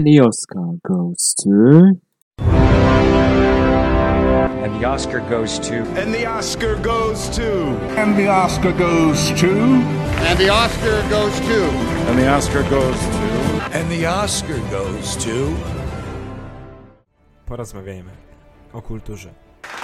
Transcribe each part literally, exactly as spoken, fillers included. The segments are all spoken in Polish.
The Oscar goes to... And the Oscar goes to... And the Oscar goes to... And the Oscar goes to... And the Oscar goes to... And the Oscar goes to... And the Oscar goes to... Porozmawiajmy o kulturze.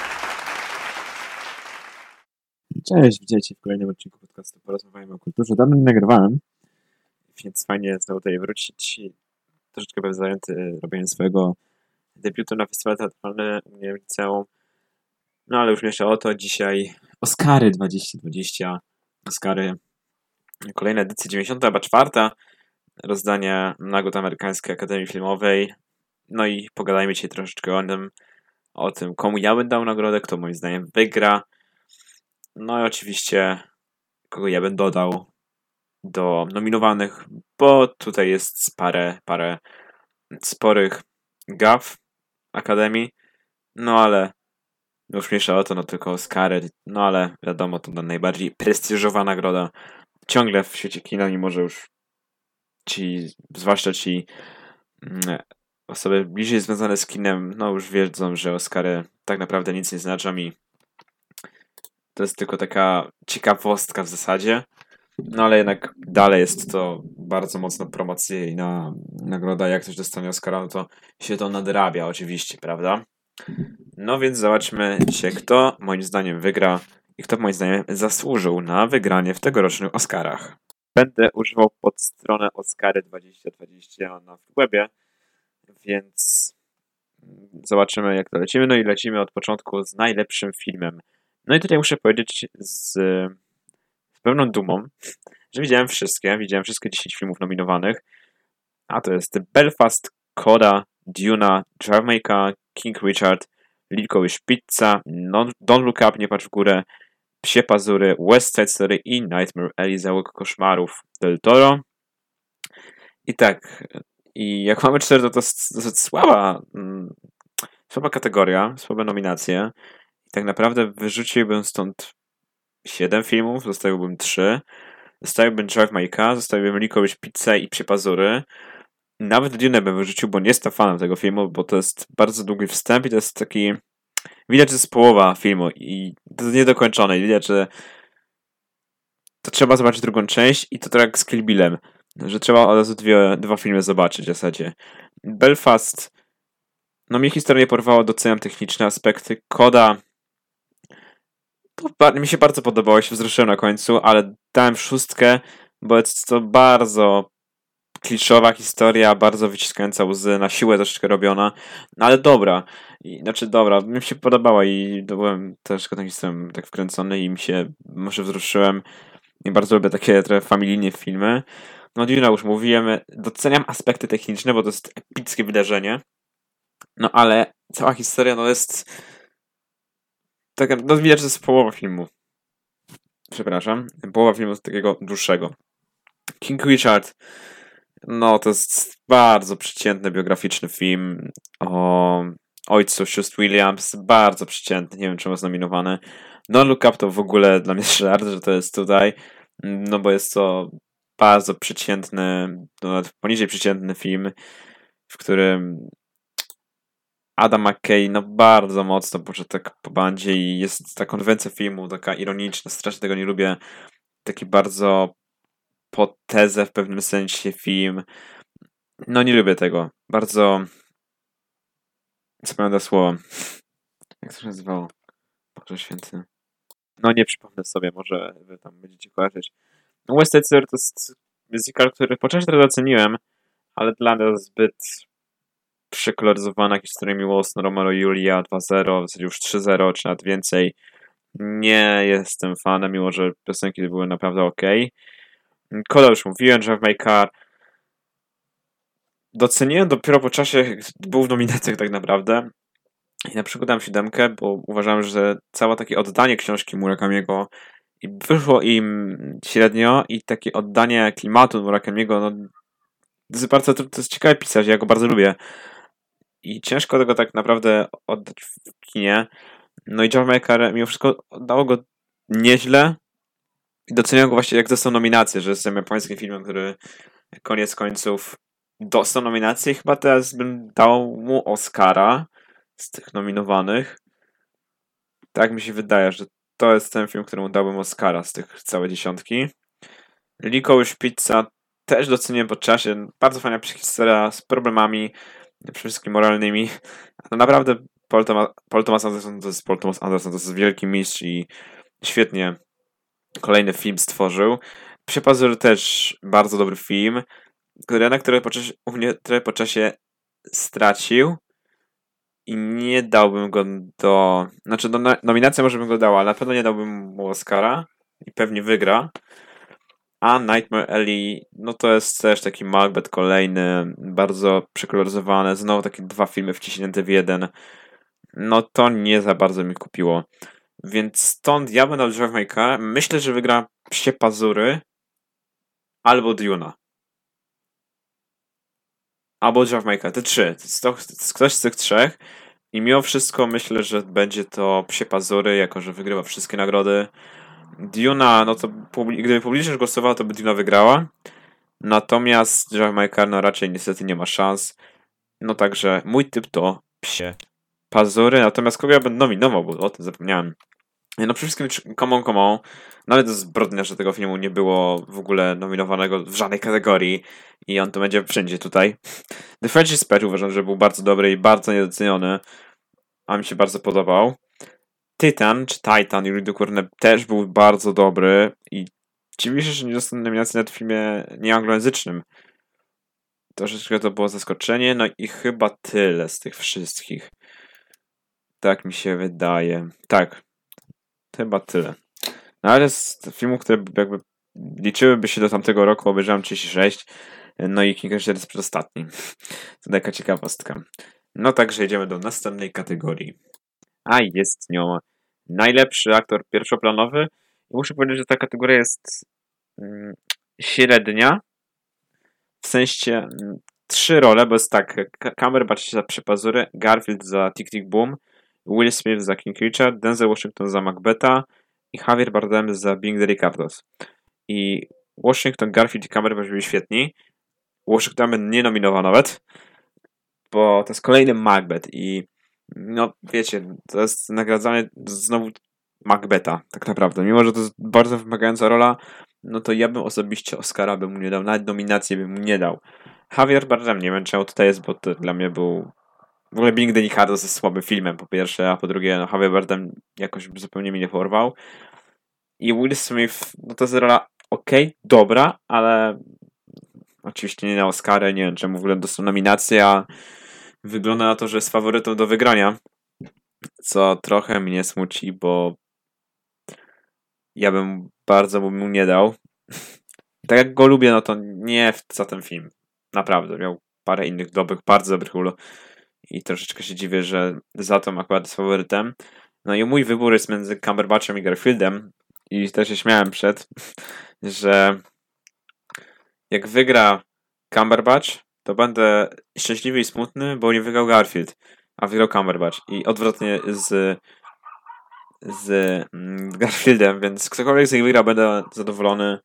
Cześć, witajcie w kolejnym odcinku podcastu Porozmawiajmy o kulturze. Dawno nie nagrywałem, więc fajnie znowu tutaj wrócić. Troszeczkę byłem zajęty robieniem swojego debiutu na festiwalu teatralnym u mnie w liceum. No ale już mniejsza o to. Dzisiaj Oscary dwa tysiące dwudziesty. Oscary. Kolejna edycja, dziewięćdziesiąta chyba czwarta. Rozdanie nagród Amerykańskiej Akademii Filmowej. No i pogadajmy dzisiaj troszeczkę o tym, o tym, komu ja bym dał nagrodę, kto moim zdaniem wygra. No i oczywiście, kogo ja bym dodał do nominowanych, bo tutaj jest parę, parę sporych gaf Akademii. No ale już mniejsza o to, no tylko Oscary. No ale wiadomo, to najbardziej prestiżowa nagroda ciągle w świecie kina, mimo że już ci, zwłaszcza ci mm, osoby bliżej związane z kinem, no już wiedzą, że Oscary tak naprawdę nic nie znaczą i to jest tylko taka ciekawostka w zasadzie. No ale jednak dalej jest to bardzo mocno promocyjna nagroda. Jak ktoś dostanie Oscara, no to się to nadrabia oczywiście, prawda? No więc zobaczmy dzisiaj, kto moim zdaniem wygra i kto moim zdaniem zasłużył na wygranie w tegorocznych Oscarach. Będę używał pod stronę Oscary dwa tysiące dwudziesty na webie, więc zobaczymy, jak to lecimy. No i lecimy od początku z najlepszym filmem. No i tutaj muszę powiedzieć z, z pewną dumą, że widziałem wszystkie, widziałem wszystkie dziesięć filmów nominowanych, a to jest Belfast, Coda, Duna, Jamaica, King Richard, Licorice Pizza, non, Don't Look Up, Nie patrz w górę, Psie pazury, West Side Story i Nightmare Alley, Zaułek koszmarów Del Toro. I tak, i jak mamy cztery, to to jest dosyć słaba, mm, słaba kategoria, słabe nominacje. I tak naprawdę wyrzuciłbym stąd siedem filmów, zostawiłbym trzy. Zostawiłbym Drive My Car, zostawiłbym Licorice Pizza i Psie pazury. Nawet Dune bym wyrzucił, bo nie jestem fanem tego filmu, bo to jest bardzo długi wstęp i to jest taki... Widać, że jest połowa filmu i to jest niedokończone. I widać, że to trzeba zobaczyć drugą część i to tak jak z Kill Billem, że trzeba od razu dwie, dwa filmy zobaczyć w zasadzie. Belfast, no mnie historia nie porwała, doceniam techniczne aspekty. Coda, to mi się bardzo podobało, się wzruszyłem na końcu, ale dałem szóstkę, bo jest to bardzo kliszowa historia, bardzo wyciskająca łzy, na siłę troszeczkę robiona, no ale dobra, I, znaczy dobra, mi się podobała i byłem też tą historią tak wkręcony i mi się, może wzruszyłem i bardzo lubię takie trochę familijne filmy. No Duna już mówiłem, doceniam aspekty techniczne, bo to jest epickie wydarzenie, no ale cała historia no jest tak, no widać, że to jest połowa filmu. Przepraszam, połowa filmu z takiego dłuższego. King Richard, no to jest bardzo przeciętny biograficzny film o ojcu sióstr Williams, bardzo przeciętny, nie wiem czemu jest nominowany. Don't Look Up to w ogóle dla mnie żart, że to jest tutaj, no bo jest to bardzo przeciętny, no nawet poniżej przeciętny film, w którym Adam McKay no bardzo mocno poszedł tak po bandzie i jest ta konwencja filmu taka ironiczna, strasznie tego nie lubię, taki bardzo po tezę w pewnym sensie film. No nie lubię tego. Bardzo... Co pamiętam słowo? Jak to się nazywało? Boże święty. No nie przypomnę sobie, może wy tam będziecie kojarzyć. No West Side Story to jest musical, który po części teraz doceniłem, ale dla mnie jest zbyt przekoloryzowana historia miłosna Romeo i Julia dwa zero, w zasadzie już trzy zero, czy nawet więcej. Nie jestem fanem, mimo że piosenki były naprawdę okej. Coda już mówiłem, Drive My Car. Doceniłem dopiero po czasie, jak był w nominacjach tak naprawdę. I na przykład dałem siódemkę, bo uważam, że całe takie oddanie książki Murakamiego i wyszło im średnio i takie oddanie klimatu Murakamiego, no to jest bardzo, to jest ciekawe pisać, ja go bardzo lubię. I ciężko tego tak naprawdę oddać w kinie. No i Drive My Car mimo wszystko oddało go nieźle. I doceniam go właśnie, jak dostał nominację, że jest japońskim filmem, który koniec końców dostał nominację. Chyba teraz bym dał mu Oscara z tych nominowanych. Tak mi się wydaje, że to jest ten film, któremu dałbym Oscara z tych całej dziesiątki. Licorice Pizza też doceniłem po czasie. Bardzo fajna historia z problemami, przede wszystkim moralnymi. No naprawdę Paul Thomas, Paul Thomas Anderson to jest Paul Thomas Anderson, to jest wielki mistrz i świetnie kolejny film stworzył. Psie Pazury też bardzo dobry film, który na który po czasie, u mnie trochę po czasie stracił i nie dałbym go do... Znaczy do nominacji może bym go dał, ale na pewno nie dałbym mu Oscara i pewnie wygra. A Nightmare Alley, no to jest też taki Macbeth kolejny, bardzo przekoloryzowany, znowu takie dwa filmy wciśnięte w jeden. No to nie za bardzo mi kupiło. Więc stąd ja będę Drive My Car. Myślę, że wygra Psie Pazury albo Duna. Albo Drive My Car. Te trzy. To jest ktoś z tych trzech. I mimo wszystko myślę, że będzie to Psie Pazury, jako że wygrywa wszystkie nagrody. Duna, no to gdyby publicznie głosowała, to by Duna wygrała. Natomiast Drive My Car, no raczej niestety nie ma szans. No także mój typ to Psie Pazury. Natomiast kogo ja będę nominował, bo o tym zapomniałem. No przede wszystkim Come On, Come On. Nawet to jest zbrodnia, że tego filmu nie było w ogóle nominowanego w żadnej kategorii. I on to będzie wszędzie tutaj. The French Dispatch uważam, że był bardzo dobry i bardzo niedoceniony. A mi się bardzo podobał. Titan, czy Titan, Yuri Ducournau też był bardzo dobry. I dziwi się, że nie dostał nominacji na tym filmie nieanglojęzycznym. Troszeczkę to było zaskoczenie. No i chyba tyle z tych wszystkich. Tak mi się wydaje. Tak. Chyba tyle. No ale z filmów, które jakby liczyłyby się do tamtego roku, obejrzałem trzydzieści sześć. No i King Richard jest przedostatni. To taka ciekawostka. No także jedziemy do następnej kategorii. A jest nią najlepszy aktor pierwszoplanowy. I muszę powiedzieć, że ta kategoria jest mm, średnia. W sensie mm, trzy role, bo jest tak, Cumberbatch za Psie Pazury, Garfield za Tick Tick Boom, Will Smith za King Richard, Denzel Washington za Macbetha i Javier Bardem za Being the Ricardos. I Washington, Garfield i Cumberbatch byli świetni. Washington bym nie nominował nawet, bo to jest kolejny Macbeth i no wiecie, to jest nagradzanie znowu Macbetha tak naprawdę. Mimo, że to jest bardzo wymagająca rola, no to ja bym osobiście Oscara bym mu nie dał, nawet nominację bym mu nie dał. Javier Bardem, nie wiem czemu tutaj jest, bo to dla mnie był w ogóle Being the Ricardos jest słabym filmem po pierwsze, a po drugie no Javier Bardem jakoś zupełnie mnie nie porwał. I Will Smith, no to jest rola okej, okay, dobra, ale oczywiście nie na Oscarę, nie wiem czemu w ogóle dostał nominację, a wygląda na to, że jest faworytą do wygrania, co trochę mnie smuci, bo ja bym bardzo mu nie dał. Tak jak go lubię, no to nie za ten film. Naprawdę, miał parę innych dobrych, bardzo dobrych ról i troszeczkę się dziwię, że za to akurat jest faworytem. No i mój wybór jest między Cumberbatchem i Garfieldem i też się śmiałem przed, że jak wygra Cumberbatch, to będę szczęśliwy i smutny, bo nie wygrał Garfield, a wygrał Cumberbatch. I odwrotnie z, z mm, Garfieldem, więc ktokolwiek z nich wygra, będę zadowolony.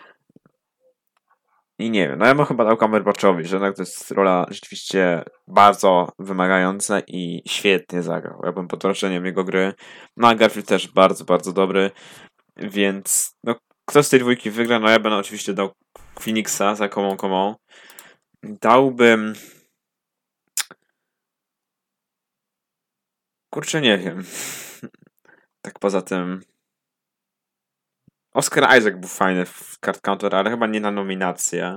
I nie wiem, no ja bym chyba dał Cumberbatchowi, że jednak to jest rola rzeczywiście bardzo wymagająca i świetnie zagrał. Ja bym pod wrażeniem jego gry. No a Garfield też bardzo, bardzo dobry, więc no kto z tej dwójki wygra, no ja bym oczywiście dał Phoenixa za Come On, Come On. Dałbym... Kurczę, nie wiem. Tak poza tym... Oscar Isaac był fajny w Card Counter, ale chyba nie na nominację.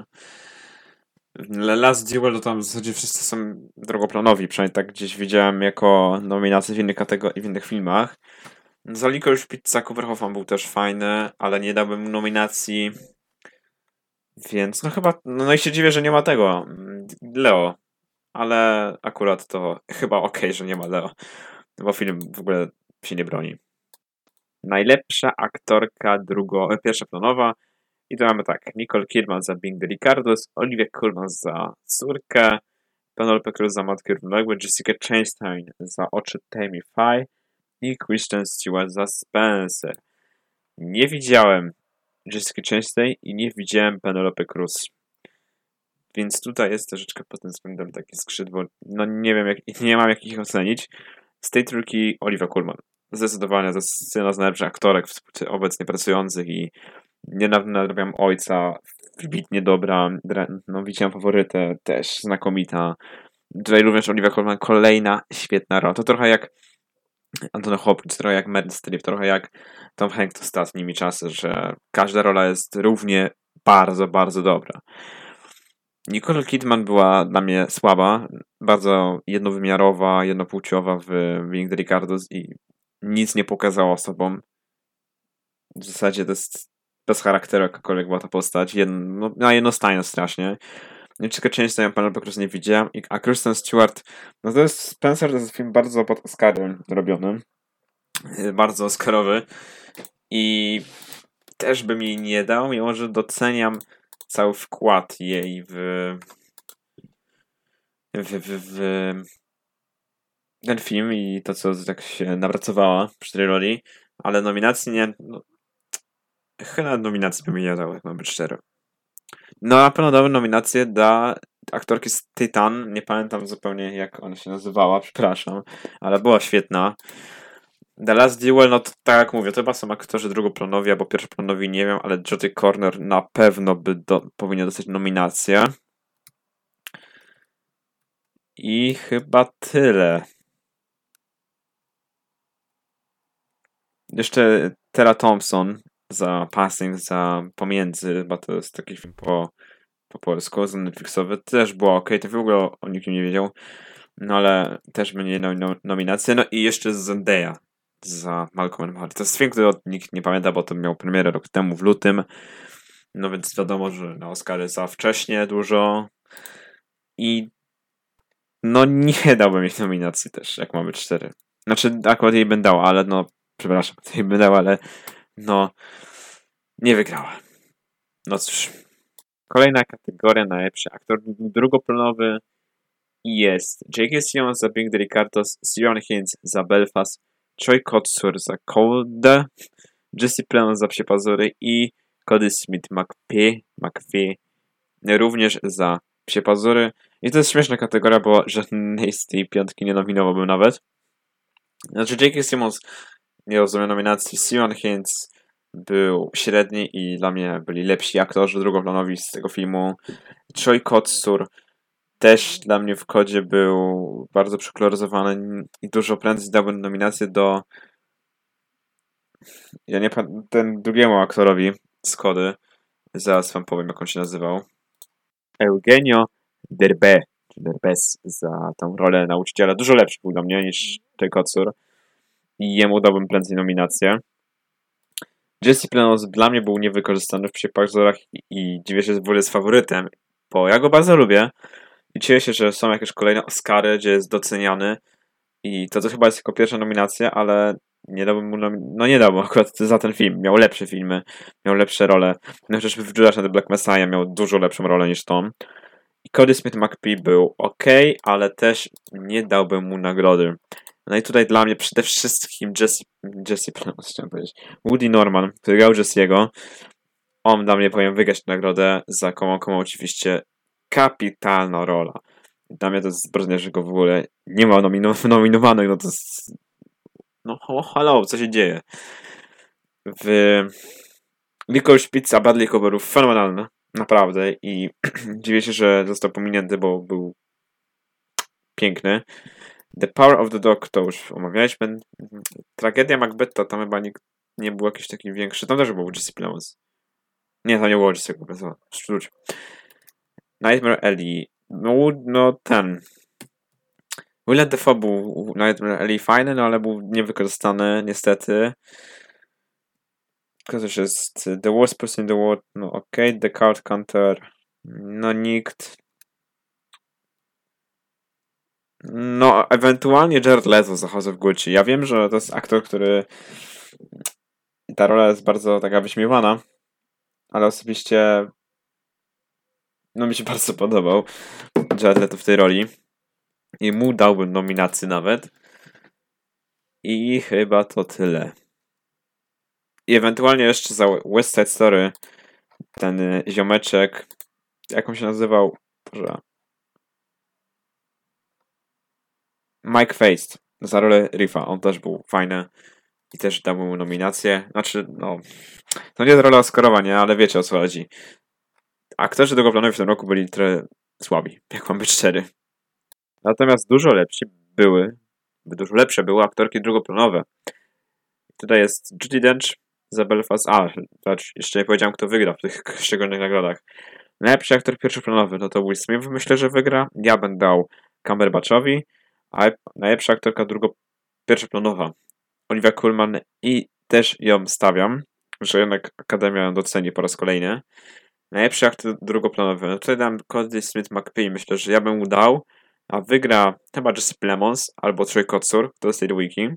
Last Duel to tam w zasadzie wszyscy są drogoplanowi, przynajmniej tak gdzieś widziałem jako nominację w innych kategoriach, w innych filmach. Za Licorice Pizza Cooper Hoffman był też fajny, ale nie dałbym mu nominacji. Więc no chyba, no i się dziwię, że nie ma tego, Leo. Ale akurat to chyba okej, okay, że nie ma Leo. Bo film w ogóle się nie broni. Najlepsza aktorka drugo, pierwszoplanowa. I tu mamy tak, Nicole Kidman za Being the Ricardos, Olivia Colman za Córkę, Penelope Cruz za Matkę Równoległe, Jessica Chastain za Oczy Tammy Faye i Kristen Stewart za Spencer. Nie widziałem Jessica Chastain i nie widziałem Penelope Cruz. Więc tutaj jest troszeczkę pod tym względem takie skrzydło. No nie wiem, jak, nie mam jak ich ocenić. Z tej trójki Olivia Colman. Zdecydowanie to jest jedna z najlepszych aktorek obecnie pracujących i niedawno nadrabiam Ojca, wybitnie dobra, no widziałem Faworytę, też znakomita. Tutaj również Olivia Colman, kolejna świetna rola. To trochę jak Anthony Hopkins, trochę jak Meryl Streep, trochę jak Tom Hanks ostatnimi czasy, że każda rola jest równie bardzo, bardzo dobra. Nicole Kidman była dla mnie słaba, bardzo jednowymiarowa, jednopłciowa w Being the Ricardos i nic nie pokazała sobą. W zasadzie to jest bez charakteru jakakolwiek była ta postać, jedno, no, jednostajna strasznie. Niczego często ją po prostu nie widziałem. A Kristen Stewart, no to jest Spencer, to jest film bardzo pod Oscarem robiony. Bardzo Oscarowy. I też bym jej nie dał, mimo że doceniam cały wkład jej w w, w, w ten film i to, co tak się napracowała przy tej roli, ale nominacji nie... No, chyba nominacji bym jej nie dał, jak mam być szczery. No, na pewno dałem nominację dla aktorki z Titan. Nie pamiętam zupełnie, jak ona się nazywała, przepraszam, ale była świetna. The Last Duel, no to tak jak mówię, to chyba są aktorzy drugoplanowi albo pierwszoplanowi, nie wiem, ale Jodie Comer na pewno by do, powinien dostać nominację. I chyba tyle. Jeszcze Tara Thompson za Passing, za Pomiędzy, chyba to jest taki film po, po polsku, za Netflixowy, też było ok, to w ogóle o nikim nie wiedział, no ale też będzie no, nominację. No i jeszcze Zendaya za Malcolm and Marie. To jest film, który nikt nie pamięta, bo to miał premierę rok temu w lutym, no więc wiadomo, że na Oscary za wcześnie dużo i no nie dałbym jej nominacji też, jak mamy cztery. Znaczy akurat jej bym dał, ale no przepraszam, jej bym dał, ale no nie wygrała. No cóż. Kolejna kategoria, najlepszy aktor drugoplanowy jest J K. Simmons za Being the Ricardos, Ciarán Hinds za Belfast, Troy Kotsur za Cold, Jesse Plemons za Psie Pazury i Cody Smith McPhee, McPhee również za Psie Pazury. I to jest śmieszna kategoria, bo żadnej z tej piątki nie nominowałbym nawet. Znaczy J K. Simmons nie rozumie nominacji, Ciarán Hinds był średni i dla mnie byli lepsi aktorzy drugoplanowi z tego filmu. Troy Kotsur też dla mnie w kodzie był bardzo przekoloryzowany i dużo prędzej dałbym nominację do ja nie pamiętam, ten drugiemu aktorowi z Kody, zaraz wam powiem, jak on się nazywał. Eugenio Derbez, czy Derbez za tą rolę nauczyciela. Dużo lepszy był dla mnie niż Troy Kotsur i jemu dałbym prędzej nominację. Jesse Plemons dla mnie był niewykorzystany w Psie Pazurach i, i dziwię się, że w ogóle jest faworytem, bo ja go bardzo lubię i cieszę się, że są jakieś kolejne Oscary, gdzie jest doceniany i to, to chyba jest jako pierwsza nominacja, ale nie dałbym mu nomi- no nie dałbym akurat za ten film, miał lepsze filmy, miał lepsze role, no chociażby w Judas and the Black Messiah miał dużo lepszą rolę niż tą i Cody Smith McPhee był ok, ale też nie dałbym mu nagrody. No i tutaj dla mnie przede wszystkim Jesse, Jesse Plemons, chciałem powiedzieć, Woody Norman, który grał Jesse'ego, on dla mnie powinien wygrać tę nagrodę za komu, komu oczywiście kapitalna rola. Dla mnie to jest zbrodnia, że go w ogóle nie ma nomino- nominowanych, no to jest no hello, co się dzieje? W Licorice Pizza Bradley Cooper był fenomenalny, naprawdę i dziwię się, że został pominięty, bo był piękny. The Power of the Dog to już omawialiśmy. Tragedia Macbetha, tam chyba nie, nie był jakiś taki większy. Tam też był Jesse Plemons. Nie, to nie było Jesse'ego Plemons. Sztucz. Nightmare Alley. No, no ten. Willem Dafoe był Nightmare Alley fajny, no ale był niewykorzystany niestety. Kto też jest? The Worst Person in the World. No okej. Okay. The Card Counter. No nikt. No, ewentualnie Jared Leto za House of Gucci. Ja wiem, że to jest aktor, który ta rola jest bardzo taka wyśmiewana, ale osobiście no mi się bardzo podobał Jared Leto w tej roli i mu dałbym nominację nawet i chyba to tyle. I ewentualnie jeszcze za West Side Story ten ziomeczek, jak on się nazywał? Boże. Mike Faist za rolę Riffa. On też był fajny. I też dał mu nominację. Znaczy, no... To nie jest rola Oscarowa, nie? Ale wiecie, o co chodzi. Aktorzy drugoplanowi w tym roku byli trochę słabi, jak mam być szczery. Natomiast dużo lepsi były, dużo lepsze były aktorki drugoplanowe. Tutaj jest Judi Dench za Belfast. A, znaczy, jeszcze nie powiedziałem, kto wygra w tych szczególnych nagrodach. Najlepszy aktor pierwszoplanowy, no to Will Smith myślę, że wygra. Ja bym dał Cumberbatchowi. A najlepsza aktorka drugo pierwszoplanowa Olivia Colman i też ją stawiam, że jednak Akademia ją doceni po raz kolejny. Najlepszy aktor drugoplanowy, no tutaj dam Cody Smith McPhee, myślę, że ja bym mu dał, a wygra chyba Jesse Plemons albo Troy Kotsur, to jest tej dwójki.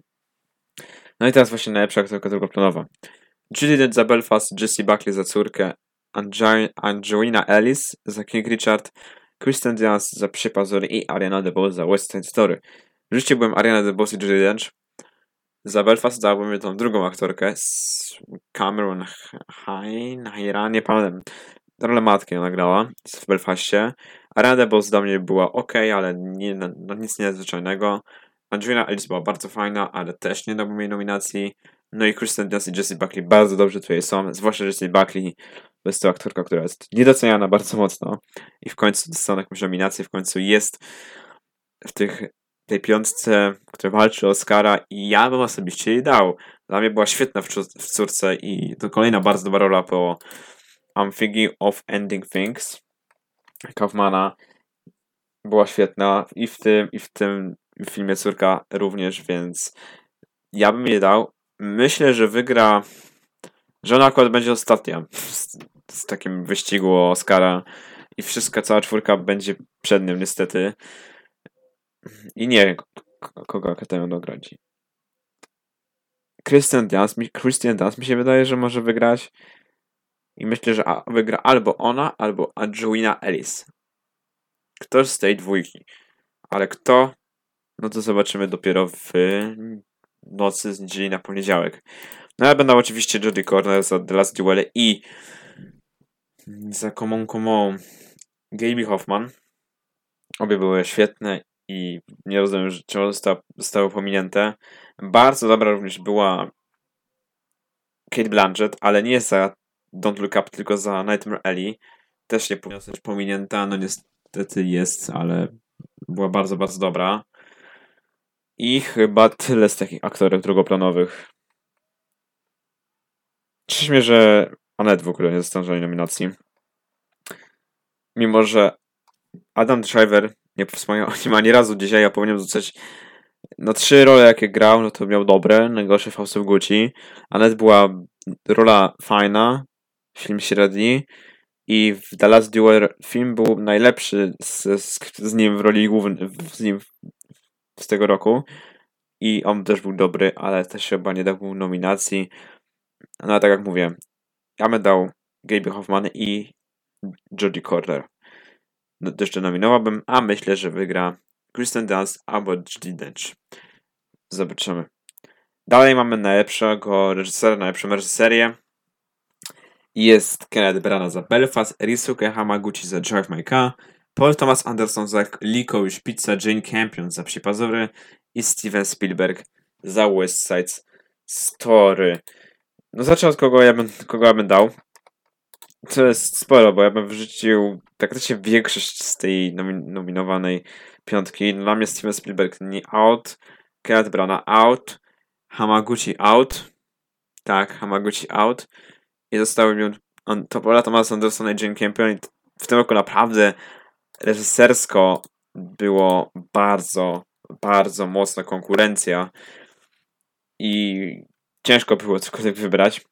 No i teraz właśnie najlepsza aktorka drugoplanowa. Judi Dench za Belfast, Jessie Buckley za córkę, Ange- Angelina Ellis za King Richard, Kristen Dunst za Psie Pazury i Ariana DeBose za West Side Story. Życzyłbym Ariana DeBose i Judi Dench. Za Belfast dałbym tą drugą aktorkę, Cameron Hyra, nie pamiętam. Rolę matki ona grała w Belfaście. Ariana DeBose dla mnie była ok, ale nie, no, nic nadzwyczajnego. Angelina Ellis była bardzo fajna, ale też nie dałbym jej nominacji. No i Kristen Dunst i Jessie Buckley bardzo dobrze tutaj są, zwłaszcza Jessie Buckley. To jest to aktorka, która jest niedoceniana bardzo mocno i w końcu dostała jakąś nominację, w końcu jest w tych, tej piątce, która walczy o Oscara i ja bym osobiście jej dał. Dla mnie była świetna w, w córce i to kolejna bardzo dobra rola po I'm Thinking of Ending Things Kaufmana. Była świetna i w tym, i w tym filmie córka również, więc ja bym jej dał. Myślę, że wygra, że ona akurat będzie ostatnia z, z takim wyścigu o Oscara i wszystka, cała czwórka będzie przed nim niestety. I nie wiem, kogo Akademia nagradzi. Kristen Dunst, Kristen Dunst mi się wydaje, że może wygrać. I myślę, że wygra albo ona, albo Angelina Ellis. Ktoś z tej dwójki. Ale kto? No to zobaczymy dopiero w nocy z niedzieli na poniedziałek. No ja będę oczywiście Jodie Comer za The Last Duel i za Common Common Gaby Hoffman. Obie były świetne i nie rozumiem, czemu zostało, zostało pominięte. Bardzo dobra również była Cate Blanchett, ale nie za Don't Look Up, tylko za Nightmare Alley. Też nie powinna być pominięta, no niestety jest, ale była bardzo, bardzo dobra. I chyba tyle z takich aktorek drugoplanowych. Cieszy mnie, że Annette w ogóle nie dostała żadnej nominacji. Mimo, że Adam Driver nie wspomniał o nim ani razu dzisiaj, ja powinienem rzucać no trzy role jakie grał, no to miał dobre, najgorszy Faust of Gucci. Annette była rola fajna, film średni i w The Last Duel film był najlepszy z, z, z nim w roli głównej, z nim z tego roku i on też był dobry, ale też chyba nie dał mu nominacji. No a tak jak mówię, ja bym dał Gaby Hoffman i Jodie Comer. No, jeszcze nominowałbym, a myślę, że wygra Kristen Dunst albo Judi Dench. Zobaczymy. Dalej mamy najlepszego reżysera, najlepszą reżyserię. Jest Kenneth Branagh za Belfast, Ryusuke Hamaguchi za Drive My Car, Paul Thomas Anderson za Licorice Pizza, Jane Campion za Psie Pazury i Steven Spielberg za West Side Story. No zacznę od kogo ja bym, kogo ja bym dał. To jest sporo, bo ja bym wrzucił praktycznie większość z tej nomi- nominowanej piątki. Dla mnie Steven Spielberg nie out, Kenneth Branagh out, Hamaguchi out. Tak, Hamaguchi out. I zostały mi on, to Paula Thomas Anderson i Jane Campion. I w tym roku naprawdę reżysersko było bardzo, bardzo mocna konkurencja. I ciężko było cokolwiek wybrać.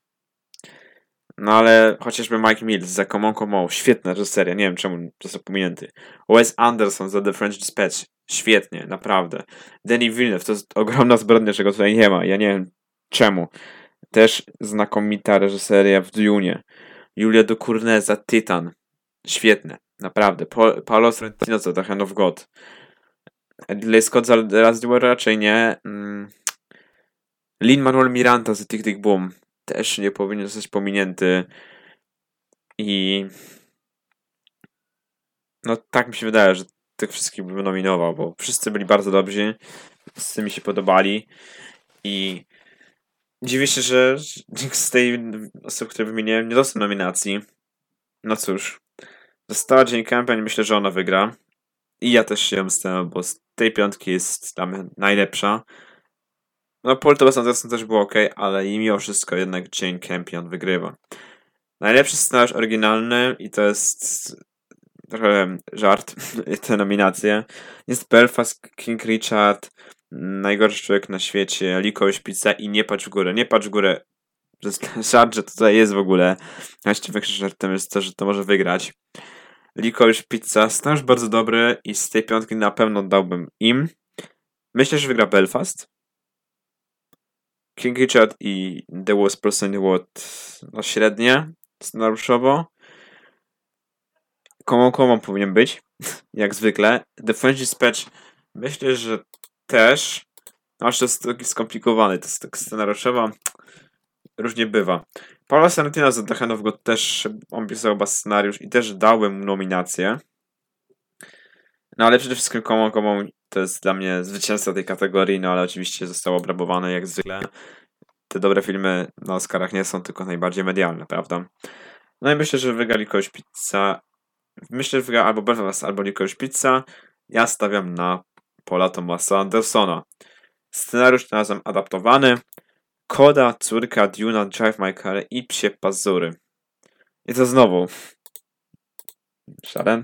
No ale chociażby Mike Mills za Common Common, świetna reżyseria, nie wiem czemu został pominięty. Wes Anderson za The French Dispatch, świetnie, naprawdę. Denis Villeneuve, to jest ogromna zbrodnia, czego tutaj nie ma, ja nie wiem czemu. Też znakomita reżyseria w Dune. Julia Ducournau za Titan, świetne, naprawdę. Pa- Paolo Sorrentino za The Hand of God. Ridley Scott za The Last Duel raczej nie. Mm. Lin-Manuel Miranda za Tick Tick Boom też nie powinien zostać pominięty. I No tak mi się wydaje, że tych wszystkich bym nominował, bo wszyscy byli bardzo dobrzy, wszyscy mi się podobali i dziwię się, że nikt z tej osób, które wymieniłem, nie dostał nominacji. No cóż, została Jane Campion i myślę, że ona wygra. I ja też się ją stałem, bo z tej piątki jest dla mnie najlepsza. No Paul Thomas Anderson też było ok, ale i mimo wszystko jednak Jane Campion wygrywa. Najlepszy scenariusz oryginalny i to jest trochę żart, te nominacje. Jest Belfast, King Richard, Najgorszy człowiek na świecie, Licorice Pizza i Nie patrz w górę. Nie patrz w górę. To jest żart, że tutaj jest w ogóle. Jeszcze większym żartem jest to, że to może wygrać. Licorice Pizza, scenariusz bardzo dobry i z tej piątki na pewno dałbym im. Myślę, że wygra Belfast. King Richard i The Worst Person in the World no średnie scenariuszowo. Komą komą powinien być, jak zwykle. The French Dispatch myślę, że też, aż to jest taki skomplikowany, to jest tak scenariuszowo, różnie bywa. Paula Sorrentino za The Hand of God też, on pisał chyba scenariusz i też dałem mu nominację. No ale przede wszystkim komą komą to jest dla mnie zwycięzca tej kategorii, no ale oczywiście zostało obrabowane jak zwykle. Te dobre filmy na Oscarach nie są tylko najbardziej medialne, prawda? No i myślę, że wygra Licorice Pizza. Myślę, że wygra albo Belfast, albo Licorice Pizza. Ja stawiam na Paula Thomasa Andersona. Scenariusz razem adaptowany. Koda, córka, Duna, Drive My Car i Psie Pazury. I to znowu. Szaren?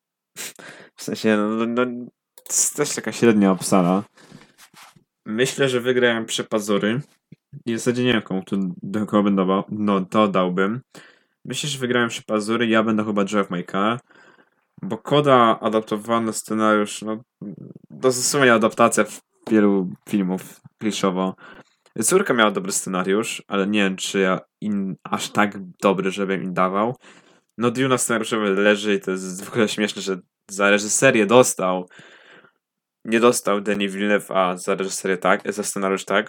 W sensie, no, no, to jest też taka średnia obsada. Myślę, że wygrałem Psie Pazury. I w zasadzie nie wiem, komu, do kogo będę dał, no to dałbym. Myślę, że wygrałem Psie Pazury, ja będę chyba Drive My Car. Bo Koda, adaptowany scenariusz, no to w sumie adaptacja wielu filmów kliszowo. Córka miała dobry scenariusz, ale nie wiem, czy ja in, aż tak dobry, żebym im dawał. No Duna scenariuszowy leży i to jest w ogóle śmieszne, że za reżyserię dostał. Nie dostał Denis Villeneuve, a za reżyserię tak, za scenariusz tak.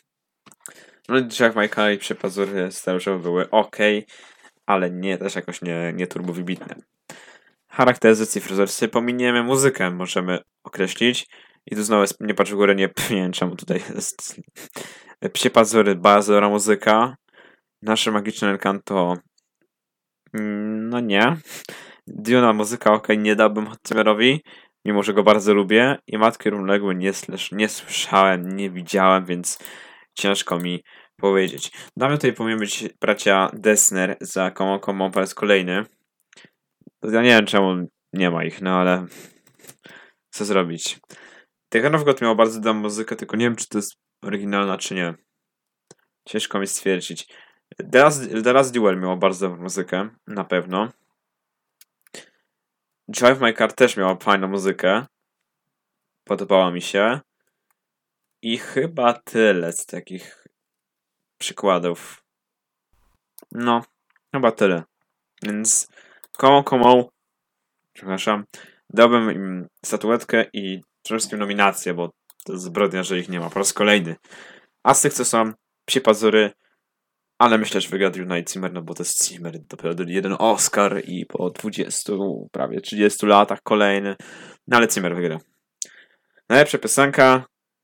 No Drive My Car i Psie Pazury scenariuszowe były ok, ale nie, też jakoś nie, nie turbo wybitne. Charakteryzacji fryzursy pominiemy muzykę, możemy określić. I tu znowu jest, nie patrz w górę, nie, nie wiem czemu tutaj jest. Psie Pazury, bardzo dobra muzyka. Nasze magiczne Encanto, no nie. Duna, muzyka ok, nie dałbym Zimmerowi, mimo że go bardzo lubię. I Matki Równoległe nie, nie słyszałem, nie widziałem, więc ciężko mi powiedzieć. Dla mnie tutaj powinien być bracia Dessner za Komą Komą po raz kolejny. Ja nie wiem czemu nie ma ich, no ale co zrobić. The Hand of God miał bardzo dobrą muzykę, tylko nie wiem czy to jest oryginalna czy nie. Ciężko mi stwierdzić. The Last, The Last Duel miał bardzo dobrą muzykę, na pewno. Drive My Car też miała fajną muzykę. Podobała mi się. I chyba tyle z takich przykładów. No, chyba tyle. Więc komą komą, przepraszam, dałbym im statuetkę i przede wszystkim nominację, bo to jest zbrodnia, że ich nie ma po raz kolejny. A z tych, co są, Psie Pazury, ale myślę, że wygra Duna i Zimmer, no bo to jest Zimmer, dopiero jeden Oscar i po dwudziestu, prawie trzydziestu latach kolejny, no ale Zimmer wygra. Najlepsza piosenka.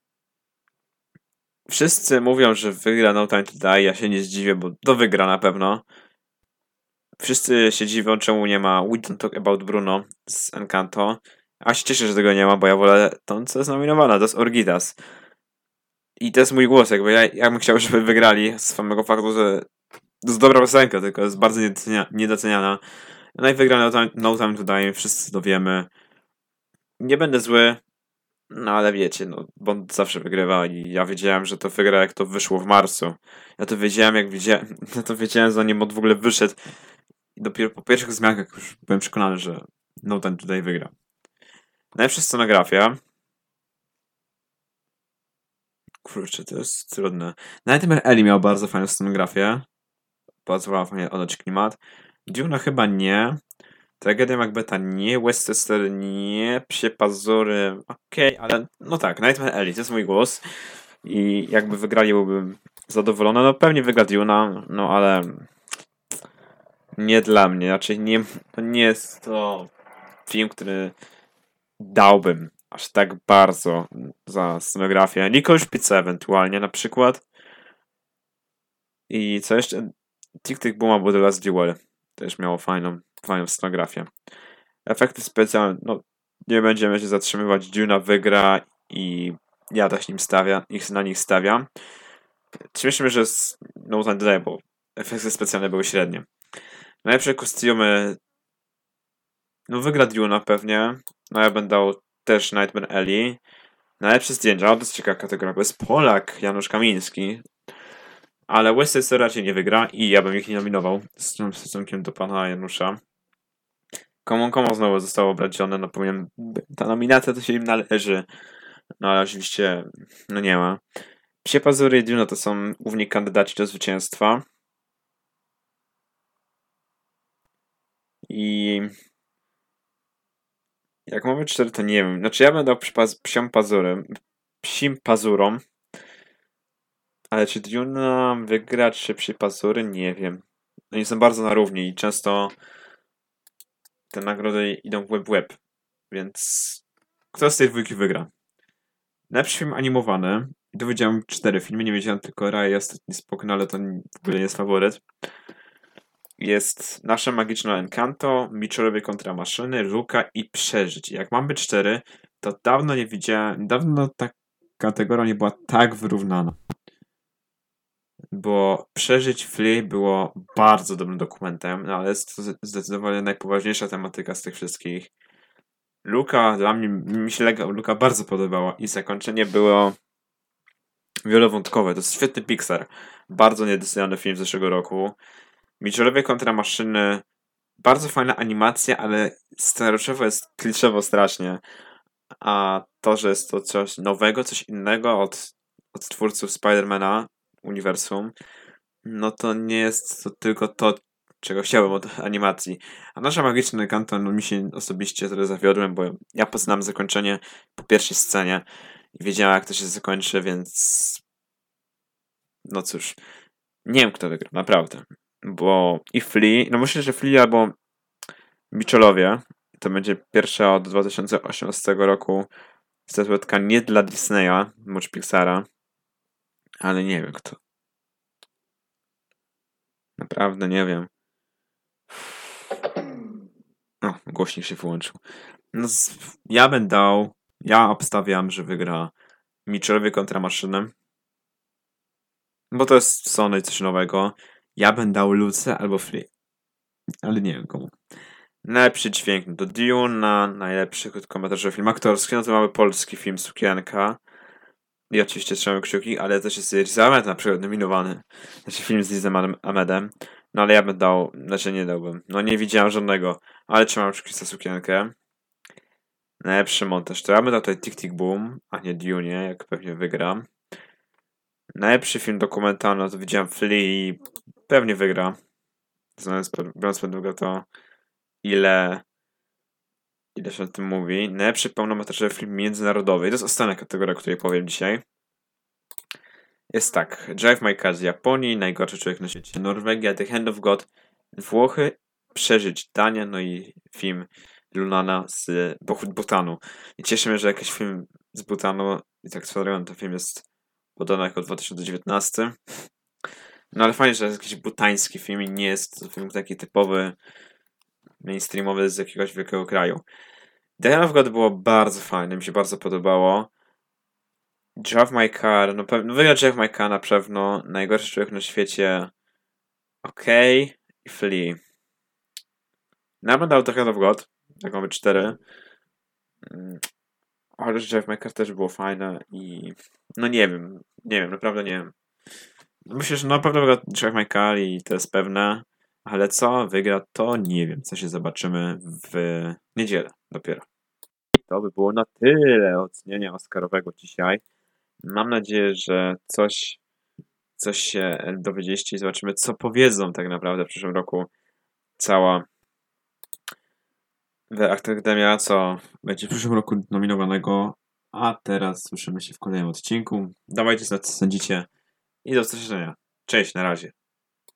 Wszyscy mówią, że wygra No Time to Die, ja się nie zdziwię, bo to wygra na pewno. Wszyscy się dziwią, czemu nie ma We Don't Talk About Bruno z Encanto. A się cieszę, że tego nie ma, bo ja wolę tą, co jest nominowana, to jest Orgidas. I to jest mój głos, jakby ja, ja bym chciał, żeby wygrali z samego faktu, że to jest dobra piosenka, tylko jest bardzo niedocenia, niedoceniana. No i wygra No Time, no time to Die, wszyscy to wiemy. Nie będę zły, no ale wiecie, no Bond zawsze wygrywa i ja wiedziałem, że to wygra, jak to wyszło w marcu. Ja to wiedziałem, jak wiedziałem, ja to wiedziałem, zanim on w ogóle wyszedł. I dopiero po pierwszych zmianach już byłem przekonany, że No Time to Die wygra. Najlepsza scenografia. Kurczę, to jest trudne. Nightmare Alley miał bardzo fajną scenografię. Bardzo fajnie oddać klimat. Duna chyba nie. Tragedia Macbetha nie. Westchester nie. Psie Pazury okej, okay, ale no tak, Nightmare Alley, to jest mój głos. I jakby wygrali, byłbym zadowolony. No pewnie wygra Duna, no ale nie dla mnie. Znaczy nie, to nie jest to film, który dałbym aż tak bardzo za scenografię. Licorice Pizza ewentualnie na przykład. I co jeszcze? Tick Tick Boom albo The Last Duel. Też miało fajną, fajną scenografię. Efekty specjalne, no nie będziemy się zatrzymywać. Duna wygra i ja też nim stawia, ich na nich stawiam. Śmiesznie, że jest No Time to Die, bo efekty specjalne były średnie. Najlepsze kostiumy, no wygra Duna pewnie. No ja będę dał też Nightmare Alley. Najlepsze zdjęcia, no to jest ciekawa kategoria, bo jest Polak, Janusz Kamiński. Ale West Side Story raczej nie wygra i ja bym ich nie nominował z tym stosunkiem do pana Janusza. Komu komu znowu zostało obrazione, no powiem, ta nominacja to się im należy. No ale oczywiście, no nie ma. Psie Pazury i Duna to są główni kandydaci do zwycięstwa. I jak mamy cztery, to nie wiem. Znaczy ja będę dał psi- psiom pazurem, psim pazurom. Ale czy Duna wygra, czy psi pazury? Nie wiem. Oni są bardzo na równi i często te nagrody idą w łeb w łeb. Więc kto z tej dwójki wygra? Najlepszy film animowany. I tu widziałem cztery filmy, nie wiedziałem tylko Raya i Ostatni Spokój, no ale to w ogóle nie jest faworyt. Jest Nasze Magiczne Encanto, Mitchellowie kontra Maszyny, Luka i Przeżyć. Jak mam być cztery, to dawno nie widziałem, dawno ta kategoria nie była tak wyrównana. Bo Przeżyć Flea było bardzo dobrym dokumentem, no ale jest to zdecydowanie najpoważniejsza tematyka z tych wszystkich. Luka, dla mnie, mi się Lega Luka bardzo podobała i zakończenie było wielowątkowe. To jest świetny Pixar. Bardzo niedoceniany film z zeszłego roku. Mitchellowie kontra Maszyny. Bardzo fajna animacja, ale scenariuszowo jest kliszowo strasznie. A to, że jest to coś nowego, coś innego od, od twórców Spidermana, uniwersum, no to nie jest to tylko to, czego chciałem od animacji. A Nasze Magiczne Encanto, no mi się osobiście trochę zawiodłem, bo ja poznałem zakończenie po pierwszej scenie i wiedziałem, jak to się zakończy, więc no cóż, nie wiem, kto wygra, naprawdę. Bo i Flea, no myślę, że Flea albo Mitchellowie, to będzie pierwsza od dwa tysiące osiemnastego roku statuetka nie dla Disneya, bądź Pixara, ale nie wiem kto. Naprawdę nie wiem. O, głośnik się wyłączył. No, z, ja bym dał, ja obstawiam, że wygra Mitchellowie kontra Maszyny. Bo to jest Sony coś nowego. Ja bym dał Luce albo Flea. Ale nie wiem komu. Najlepszy dźwięk no to Duna, najlepszy krótkometrażowy film aktorski, no to mamy polski film Sukienka. I oczywiście trzymamy kciuki, ale też jest Riz Ahmed na przykład nominowany. Znaczy film z Rizem Ahmedem. No ale ja bym dał, znaczy nie dałbym. No nie widziałem żadnego, ale trzymam kciuki za Sukienkę. Najlepszy montaż to ja bym dał tutaj Tick Tick Boom, a nie Dune, jak pewnie wygram. Najlepszy film dokumentalny, no to widziałem Flea i pewnie wygra. Biorąc pod uwagę to, ile ile się o tym mówi. Najlepszy pełnometrażowy film międzynarodowy. I to jest ostatnia kategoria, o której powiem dzisiaj. Jest tak. Drive My Car z Japonii, Najgorszy Człowiek na świecie Norwegia, The Hand of God Włochy, Przeżyć Dania, no i film Lunana z Butanu. I cieszę mnie, że jakiś film z Butanu i tak swoją ten film jest podany jako dwa tysiące dziewiętnasty. No ale fajnie, że jest jakiś butański film i nie jest to film taki typowy mainstreamowy z jakiegoś wielkiego kraju. The Hand of God było bardzo fajne, mi się bardzo podobało. Drive My Car, no pewnie, no wygra Drive My Car na pewno. Najgorszy Człowiek na świecie. Okej. Okay. I Flea. No ja bym dał The Hand of God. Jak mamy cztery. Ale Drive My Car też było fajne i no nie wiem, nie wiem, naprawdę nie wiem. Myślę, że na pewno wygra Drive My Car i to jest pewne. Ale co wygra, to nie wiem. Co się zobaczymy w niedzielę dopiero. I to by było na tyle ocenienia Oscarowego dzisiaj. Mam nadzieję, że coś, coś się dowiedzieliście i zobaczymy, co powiedzą tak naprawdę w przyszłym roku cała Akademia, co będzie w przyszłym roku nominowanego. A teraz słyszymy się w kolejnym odcinku. Dawajcie znać, co sądzicie i do zobaczenia. Cześć, na razie.